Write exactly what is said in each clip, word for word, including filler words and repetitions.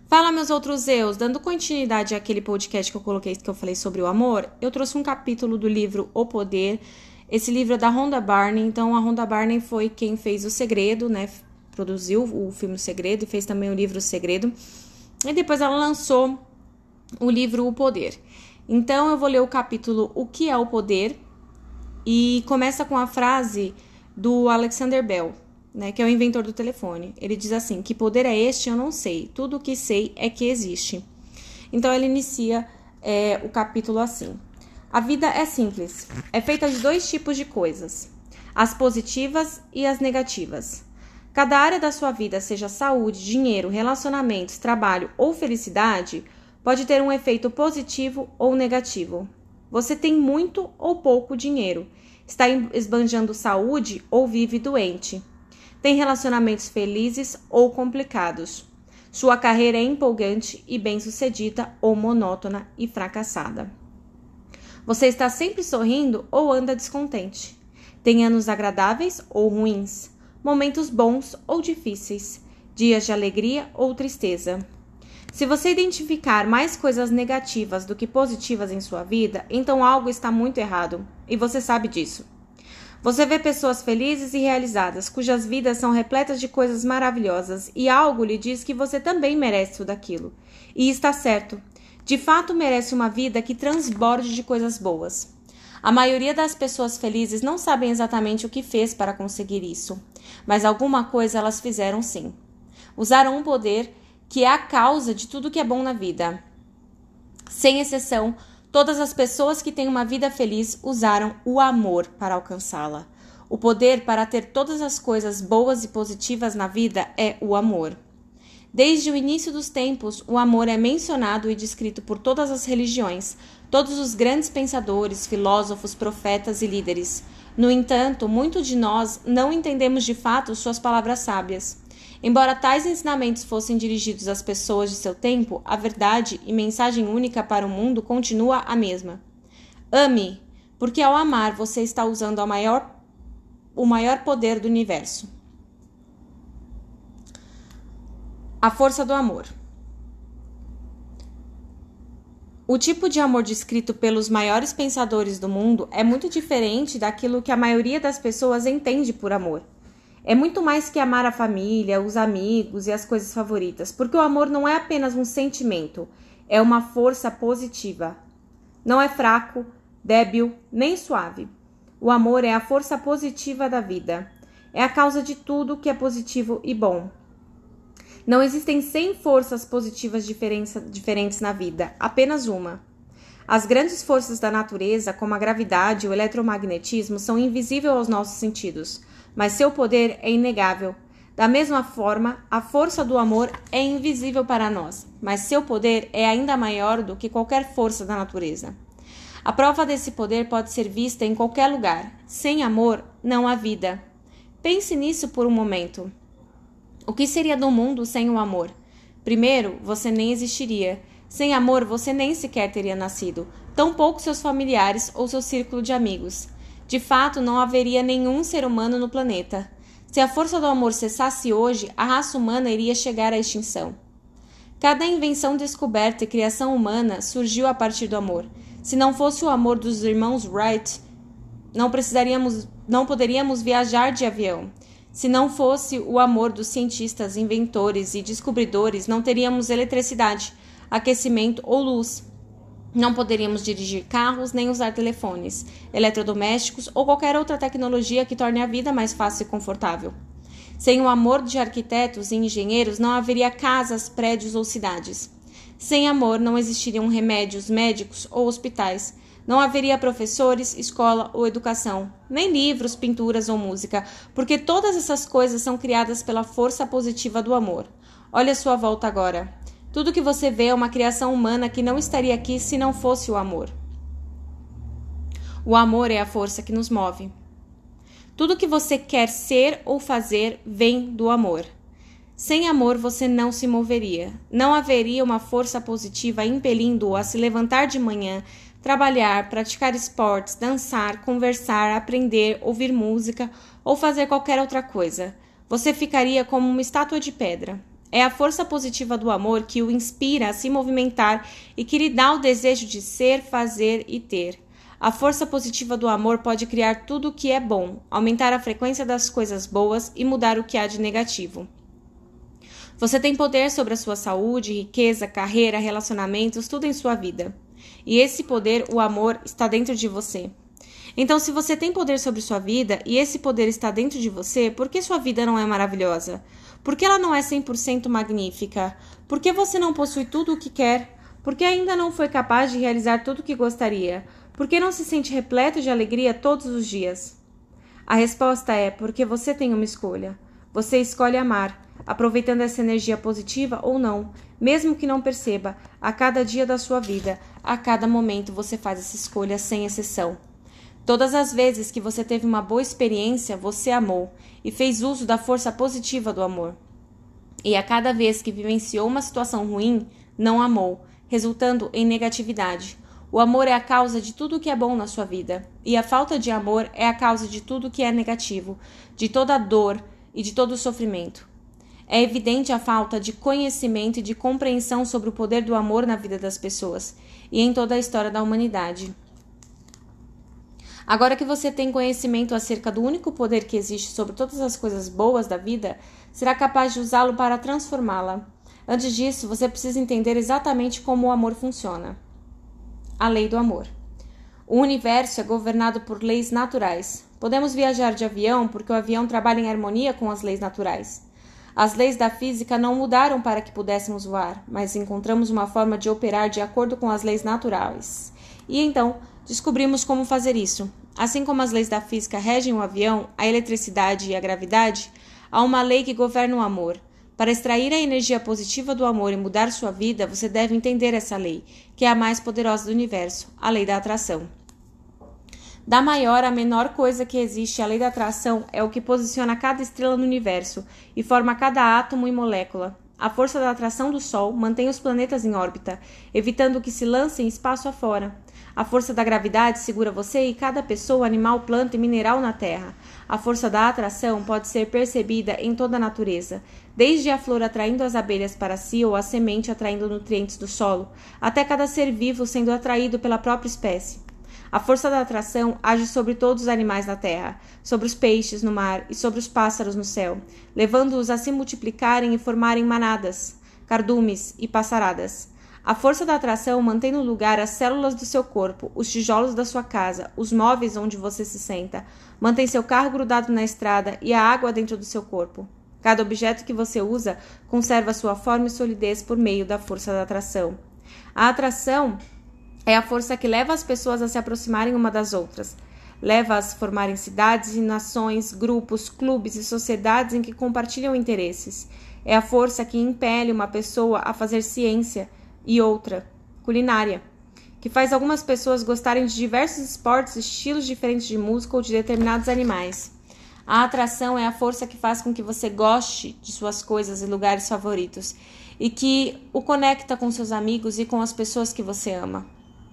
Fala, meus outros eus! Dando continuidade àquele podcast que eu coloquei, que eu falei sobre o amor, eu trouxe um capítulo do livro O Poder. Esse livro é da Rhonda Byrne. Então, a Rhonda Byrne foi quem fez O Segredo, né? Produziu o filme O Segredo e fez também o livro O Segredo. E depois ela lançou o livro O Poder. Então, eu vou ler o capítulo O que é o Poder? E começa com a frase do Alexander Bell, né, que é o inventor do telefone. Ele diz assim: que poder é este? Eu não sei. Tudo o que sei é que existe. Então ele inicia é, o capítulo assim: a vida é simples. É feita de dois tipos de coisas: as positivas e as negativas. Cada área da sua vida, seja saúde, dinheiro, relacionamentos, trabalho ou felicidade, pode ter um efeito positivo ou negativo. Você tem muito ou pouco dinheiro, está esbanjando saúde ou vive doente. Tem relacionamentos felizes ou complicados. Sua carreira é empolgante e bem-sucedida ou monótona e fracassada. Você está sempre sorrindo ou anda descontente. Tem anos agradáveis ou ruins, momentos bons ou difíceis, dias de alegria ou tristeza. Se você identificar mais coisas negativas do que positivas em sua vida, então algo está muito errado, e você sabe disso. Você vê pessoas felizes e realizadas, cujas vidas são repletas de coisas maravilhosas, e algo lhe diz que você também merece tudo aquilo. E está certo. De fato, merece uma vida que transborde de coisas boas. A maioria das pessoas felizes não sabem exatamente o que fez para conseguir isso, mas alguma coisa elas fizeram sim. Usaram um poder que é a causa de tudo que é bom na vida. Sem exceção, todas as pessoas que têm uma vida feliz usaram o amor para alcançá-la. O poder para ter todas as coisas boas e positivas na vida é o amor. Desde o início dos tempos, o amor é mencionado e descrito por todas as religiões, todos os grandes pensadores, filósofos, profetas e líderes. No entanto, muitos de nós não entendemos de fato suas palavras sábias. Embora tais ensinamentos fossem dirigidos às pessoas de seu tempo, a verdade e mensagem única para o mundo continua a mesma. Ame, porque ao amar você está usando a maior, o maior poder do universo. A força do amor. O tipo de amor descrito pelos maiores pensadores do mundo é muito diferente daquilo que a maioria das pessoas entende por amor. É muito mais que amar a família, os amigos e as coisas favoritas, porque o amor não é apenas um sentimento, é uma força positiva. Não é fraco, débil, nem suave. O amor é a força positiva da vida. É a causa de tudo que é positivo e bom. Não existem cem forças positivas diferentes na vida, apenas uma. As grandes forças da natureza, como a gravidade e o eletromagnetismo, são invisíveis aos nossos sentidos, mas seu poder é inegável. Da mesma forma, a força do amor é invisível para nós, mas seu poder é ainda maior do que qualquer força da natureza. A prova desse poder pode ser vista em qualquer lugar. Sem amor, não há vida. Pense nisso por um momento. O que seria do mundo sem o amor? Primeiro, você nem existiria. Sem amor, você nem sequer teria nascido, tampouco seus familiares ou seu círculo de amigos. De fato, não haveria nenhum ser humano no planeta. Se a força do amor cessasse hoje, a raça humana iria chegar à extinção. Cada invenção, descoberta e criação humana surgiu a partir do amor. Se não fosse o amor dos irmãos Wright, não precisaríamos, não poderíamos viajar de avião. Se não fosse o amor dos cientistas, inventores e descobridores, não teríamos eletricidade, aquecimento ou luz. Não poderíamos dirigir carros nem usar telefones, eletrodomésticos ou qualquer outra tecnologia que torne a vida mais fácil e confortável. Sem o amor de arquitetos e engenheiros, não haveria casas, prédios ou cidades. Sem amor, não existiriam remédios, médicos ou hospitais. Não haveria professores, escola ou educação, nem livros, pinturas ou música, porque todas essas coisas são criadas pela força positiva do amor. Olhe a sua volta agora. Tudo que você vê é uma criação humana que não estaria aqui se não fosse o amor. O amor é a força que nos move. Tudo que você quer ser ou fazer vem do amor. Sem amor, você não se moveria. Não haveria uma força positiva impelindo-o a se levantar de manhã, trabalhar, praticar esportes, dançar, conversar, aprender, ouvir música ou fazer qualquer outra coisa. Você ficaria como uma estátua de pedra. É a força positiva do amor que o inspira a se movimentar e que lhe dá o desejo de ser, fazer e ter. A força positiva do amor pode criar tudo o que é bom, aumentar a frequência das coisas boas e mudar o que há de negativo. Você tem poder sobre a sua saúde, riqueza, carreira, relacionamentos, tudo em sua vida. E esse poder, o amor, está dentro de você. Então, se você tem poder sobre sua vida e esse poder está dentro de você, por que sua vida não é maravilhosa? Por que ela não é cem por cento magnífica? Por que você não possui tudo o que quer? Por que ainda não foi capaz de realizar tudo o que gostaria? Por que não se sente repleto de alegria todos os dias? A resposta é porque você tem uma escolha. Você escolhe amar, aproveitando essa energia positiva ou não, mesmo que não perceba, a cada dia da sua vida, a cada momento você faz essa escolha sem exceção. Todas as vezes que você teve uma boa experiência, você amou e fez uso da força positiva do amor. E a cada vez que vivenciou uma situação ruim, não amou, resultando em negatividade. O amor é a causa de tudo que é bom na sua vida, e a falta de amor é a causa de tudo que é negativo, de toda a dor e de todo o sofrimento. É evidente a falta de conhecimento e de compreensão sobre o poder do amor na vida das pessoas e em toda a história da humanidade. Agora que você tem conhecimento acerca do único poder que existe sobre todas as coisas boas da vida, será capaz de usá-lo para transformá-la. Antes disso, você precisa entender exatamente como o amor funciona. A lei do amor. O universo é governado por leis naturais. Podemos viajar de avião porque o avião trabalha em harmonia com as leis naturais. As leis da física não mudaram para que pudéssemos voar, mas encontramos uma forma de operar de acordo com as leis naturais. E então, descobrimos como fazer isso. Assim como as leis da física regem o avião, a eletricidade e a gravidade, há uma lei que governa o amor. Para extrair a energia positiva do amor e mudar sua vida, você deve entender essa lei, que é a mais poderosa do universo, a lei da atração. Da maior à menor coisa que existe, a lei da atração é o que posiciona cada estrela no universo e forma cada átomo e molécula. A força da atração do Sol mantém os planetas em órbita, evitando que se lancem espaço afora. A força da gravidade segura você e cada pessoa, animal, planta e mineral na Terra. A força da atração pode ser percebida em toda a natureza, desde a flor atraindo as abelhas para si ou a semente atraindo nutrientes do solo, até cada ser vivo sendo atraído pela própria espécie. A força da atração age sobre todos os animais na terra, sobre os peixes no mar e sobre os pássaros no céu, levando-os a se multiplicarem e formarem manadas, cardumes e passaradas. A força da atração mantém no lugar as células do seu corpo, os tijolos da sua casa, os móveis onde você se senta, mantém seu carro grudado na estrada e a água dentro do seu corpo. Cada objeto que você usa conserva sua forma e solidez por meio da força da atração. A atração é a força que leva as pessoas a se aproximarem uma das outras. Leva-as a formarem cidades e nações, grupos, clubes e sociedades em que compartilham interesses. É a força que impele uma pessoa a fazer ciência e outra, culinária, que faz algumas pessoas gostarem de diversos esportes, estilos diferentes de música ou de determinados animais. A atração é a força que faz com que você goste de suas coisas e lugares favoritos e que o conecta com seus amigos e com as pessoas que você ama.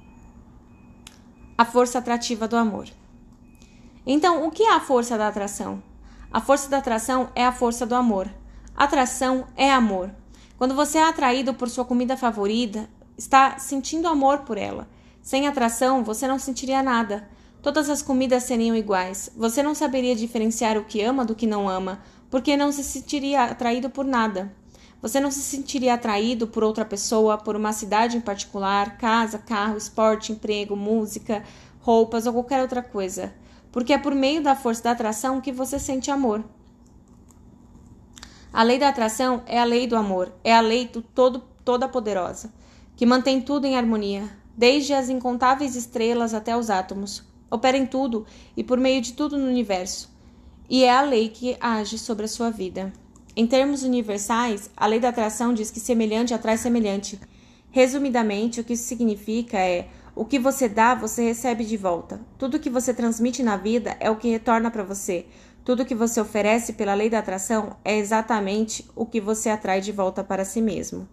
A força atrativa do amor. Então, o que é a força da atração? A força da atração é a força do amor. Atração é amor. Quando você é atraído por sua comida favorita, está sentindo amor por ela. Sem atração, você não sentiria nada. Todas as comidas seriam iguais. Você não saberia diferenciar o que ama do que não ama, porque não se sentiria atraído por nada. Você não se sentiria atraído por outra pessoa, por uma cidade em particular, casa, carro, esporte, emprego, música, roupas ou qualquer outra coisa, porque é por meio da força da atração que você sente amor. A lei da atração é a lei do amor, é a lei do todo, toda poderosa, que mantém tudo em harmonia, desde as incontáveis estrelas até os átomos. Opera em tudo e por meio de tudo no universo, e é a lei que age sobre a sua vida. Em termos universais, a lei da atração diz que semelhante atrai semelhante. Resumidamente, o que isso significa é: o que você dá, você recebe de volta. Tudo que você transmite na vida é o que retorna para você. Tudo que você oferece pela lei da atração é exatamente o que você atrai de volta para si mesmo.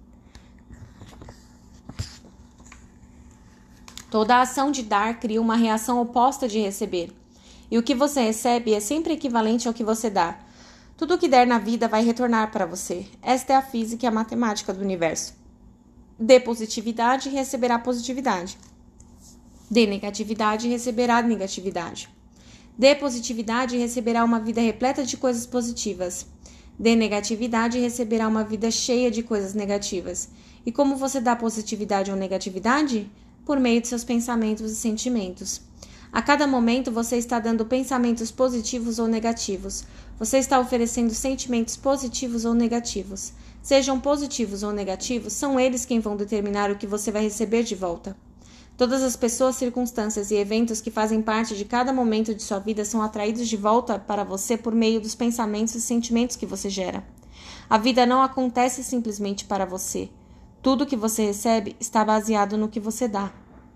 Toda a ação de dar cria uma reação oposta de receber. E o que você recebe é sempre equivalente ao que você dá. Tudo que der na vida vai retornar para você. Esta é a física e a matemática do universo. Dê positividade e receberá positividade. Dê negatividade e receberá negatividade. Dê positividade e receberá uma vida repleta de coisas positivas. Dê negatividade e receberá uma vida cheia de coisas negativas. E como você dá positividade ou negatividade? Por meio de seus pensamentos e sentimentos. A cada momento você está dando pensamentos positivos ou negativos. Você está oferecendo sentimentos positivos ou negativos. Sejam positivos ou negativos, são eles quem vão determinar o que você vai receber de volta. Todas as pessoas, circunstâncias e eventos que fazem parte de cada momento de sua vida são atraídos de volta para você por meio dos pensamentos e sentimentos que você gera. A vida não acontece simplesmente para você. Tudo que você recebe está baseado no que você dá.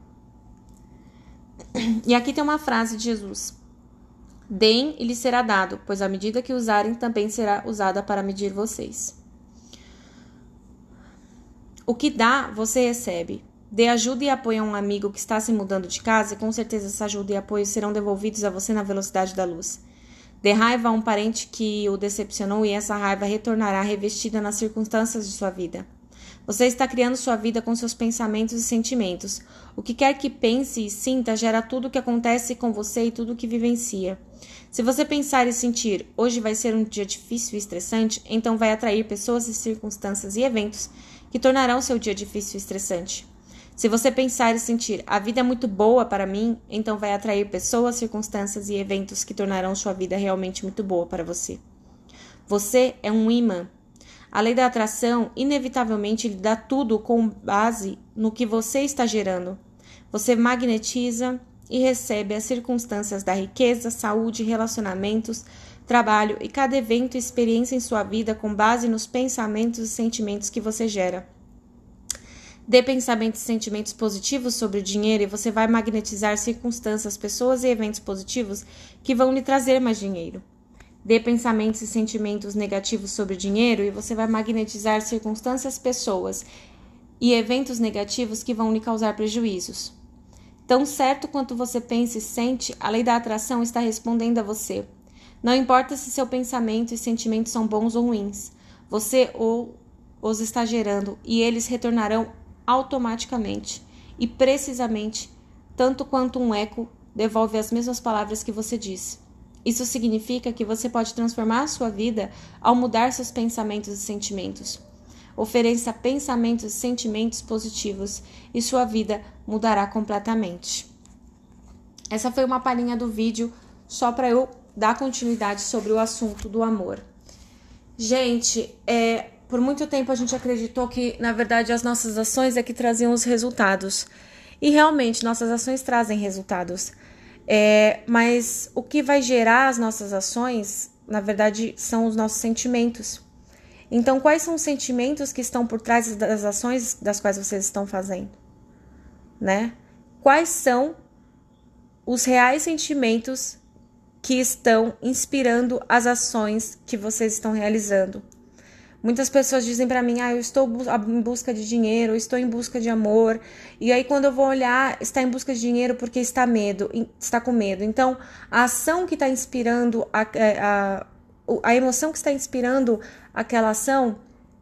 E aqui tem uma frase de Jesus. Deem e lhes será dado, pois a medida que usarem também será usada para medir vocês. O que dá, você recebe. Dê ajuda e apoio a um amigo que está se mudando de casa e com certeza essa ajuda e apoio serão devolvidos a você na velocidade da luz. Dê raiva a um parente que o decepcionou e essa raiva retornará revestida nas circunstâncias de sua vida. Você está criando sua vida com seus pensamentos e sentimentos. O que quer que pense e sinta gera tudo o que acontece com você e tudo o que vivencia. Se você pensar e sentir, hoje vai ser um dia difícil e estressante, então vai atrair pessoas e circunstâncias e eventos que tornarão seu dia difícil e estressante. Se você pensar e sentir, a vida é muito boa para mim, então vai atrair pessoas, circunstâncias e eventos que tornarão sua vida realmente muito boa para você. Você é um imã. A lei da atração, inevitavelmente, lhe dá tudo com base no que você está gerando. Você magnetiza e recebe as circunstâncias da riqueza, saúde, relacionamentos, trabalho e cada evento e experiência em sua vida com base nos pensamentos e sentimentos que você gera. Dê pensamentos e sentimentos positivos sobre o dinheiro e você vai magnetizar circunstâncias, pessoas e eventos positivos que vão lhe trazer mais dinheiro. Dê pensamentos e sentimentos negativos sobre o dinheiro e você vai magnetizar circunstâncias, pessoas e eventos negativos que vão lhe causar prejuízos. Tão certo quanto você pensa e sente, a lei da atração está respondendo a você. Não importa se seu pensamento e sentimentos são bons ou ruins, você ou os está gerando e eles retornarão automaticamente e precisamente, tanto quanto um eco devolve as mesmas palavras que você disse. Isso significa que você pode transformar a sua vida ao mudar seus pensamentos e sentimentos. Ofereça pensamentos e sentimentos positivos e sua vida mudará completamente. Essa foi uma palhinha do vídeo só para eu dar continuidade sobre o assunto do amor. Gente, é... Por muito tempo a gente acreditou que, na verdade, as nossas ações é que traziam os resultados. E realmente, nossas ações trazem resultados. É, mas o que vai gerar as nossas ações, na verdade, são os nossos sentimentos. Então, quais são os sentimentos que estão por trás das ações das quais vocês estão fazendo? Né? Quais são os reais sentimentos que estão inspirando as ações que vocês estão realizando? Muitas pessoas dizem pra mim, ah, eu estou em busca de dinheiro, eu estou em busca de amor. E aí quando eu vou olhar, está em busca de dinheiro porque está medo, está com medo. Então, a ação que está inspirando, a, a, a emoção que está inspirando aquela ação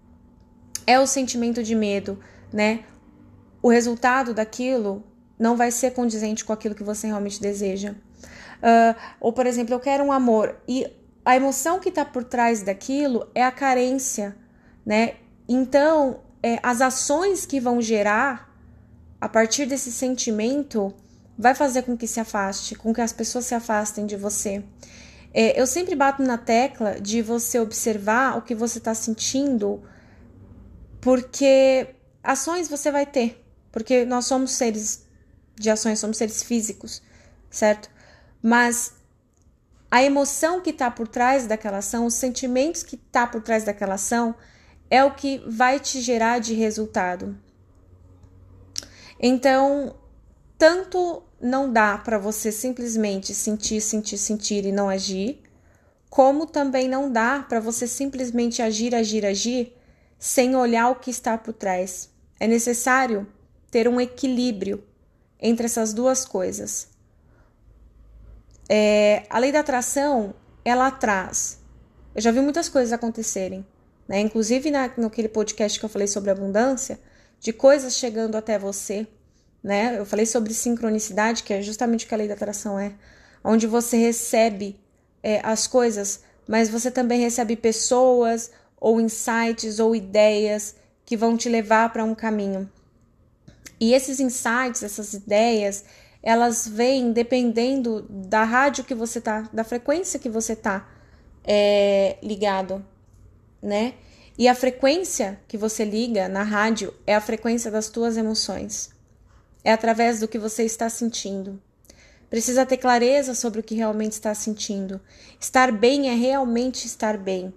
é o sentimento de medo, né? O resultado daquilo não vai ser condizente com aquilo que você realmente deseja. Uh, ou, por exemplo, eu quero um amor e a emoção que está por trás daquilo é a carência, né? Então, é, as ações que vão gerar a partir desse sentimento vai fazer com que se afaste, com que as pessoas se afastem de você. É, eu sempre bato na tecla de você observar o que você está sentindo, porque ações você vai ter, porque nós somos seres de ações, somos seres físicos, certo? Mas a emoção que está por trás daquela ação, os sentimentos que está por trás daquela ação, é o que vai te gerar de resultado. Então, tanto não dá para você simplesmente sentir, sentir, sentir e não agir, como também não dá para você simplesmente agir, agir, agir, sem olhar o que está por trás. É necessário ter um equilíbrio entre essas duas coisas. É, a lei da atração, ela traz Eu já vi muitas coisas acontecerem, né? Inclusive na, naquele podcast que eu falei sobre abundância, de coisas chegando até você, né? Eu falei sobre sincronicidade, que é justamente o que a lei da atração é, onde você recebe é, as coisas, mas você também recebe pessoas, ou insights, ou ideias que vão te levar para um caminho. E esses insights, essas ideias, elas vêm dependendo da rádio que você tá, da frequência que você tá é, ligado, né? E a frequência que você liga na rádio é a frequência das tuas emoções. É através do que você está sentindo. Precisa ter clareza sobre o que realmente está sentindo. Estar bem é realmente estar bem.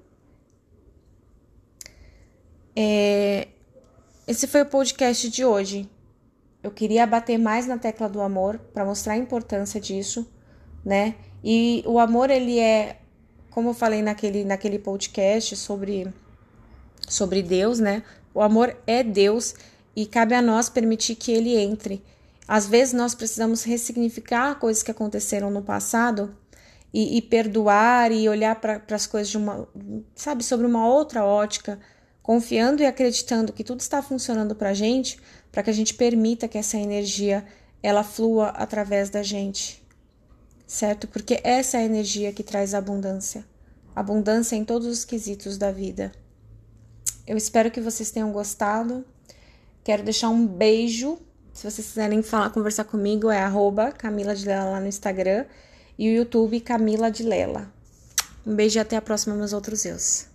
É... Esse foi o podcast de hoje. Eu queria bater mais na tecla do amor para mostrar a importância disso, né? E o amor, ele é, como eu falei naquele, naquele podcast sobre, sobre Deus, né? O amor é Deus e cabe a nós permitir que ele entre. Às vezes nós precisamos ressignificar coisas que aconteceram no passado e, e perdoar e olhar para as coisas de uma, sabe, sobre uma outra ótica, confiando e acreditando que tudo está funcionando para a gente, para que a gente permita que essa energia ela flua através da gente, certo? Porque essa é a energia que traz abundância. Abundância em todos os quesitos da vida. Eu espero que vocês tenham gostado. Quero deixar um beijo. Se vocês quiserem falar, conversar comigo, é arroba Camila de Lela lá no Instagram e o YouTube Camila de Lela. Um beijo e até a próxima, meus outros eus.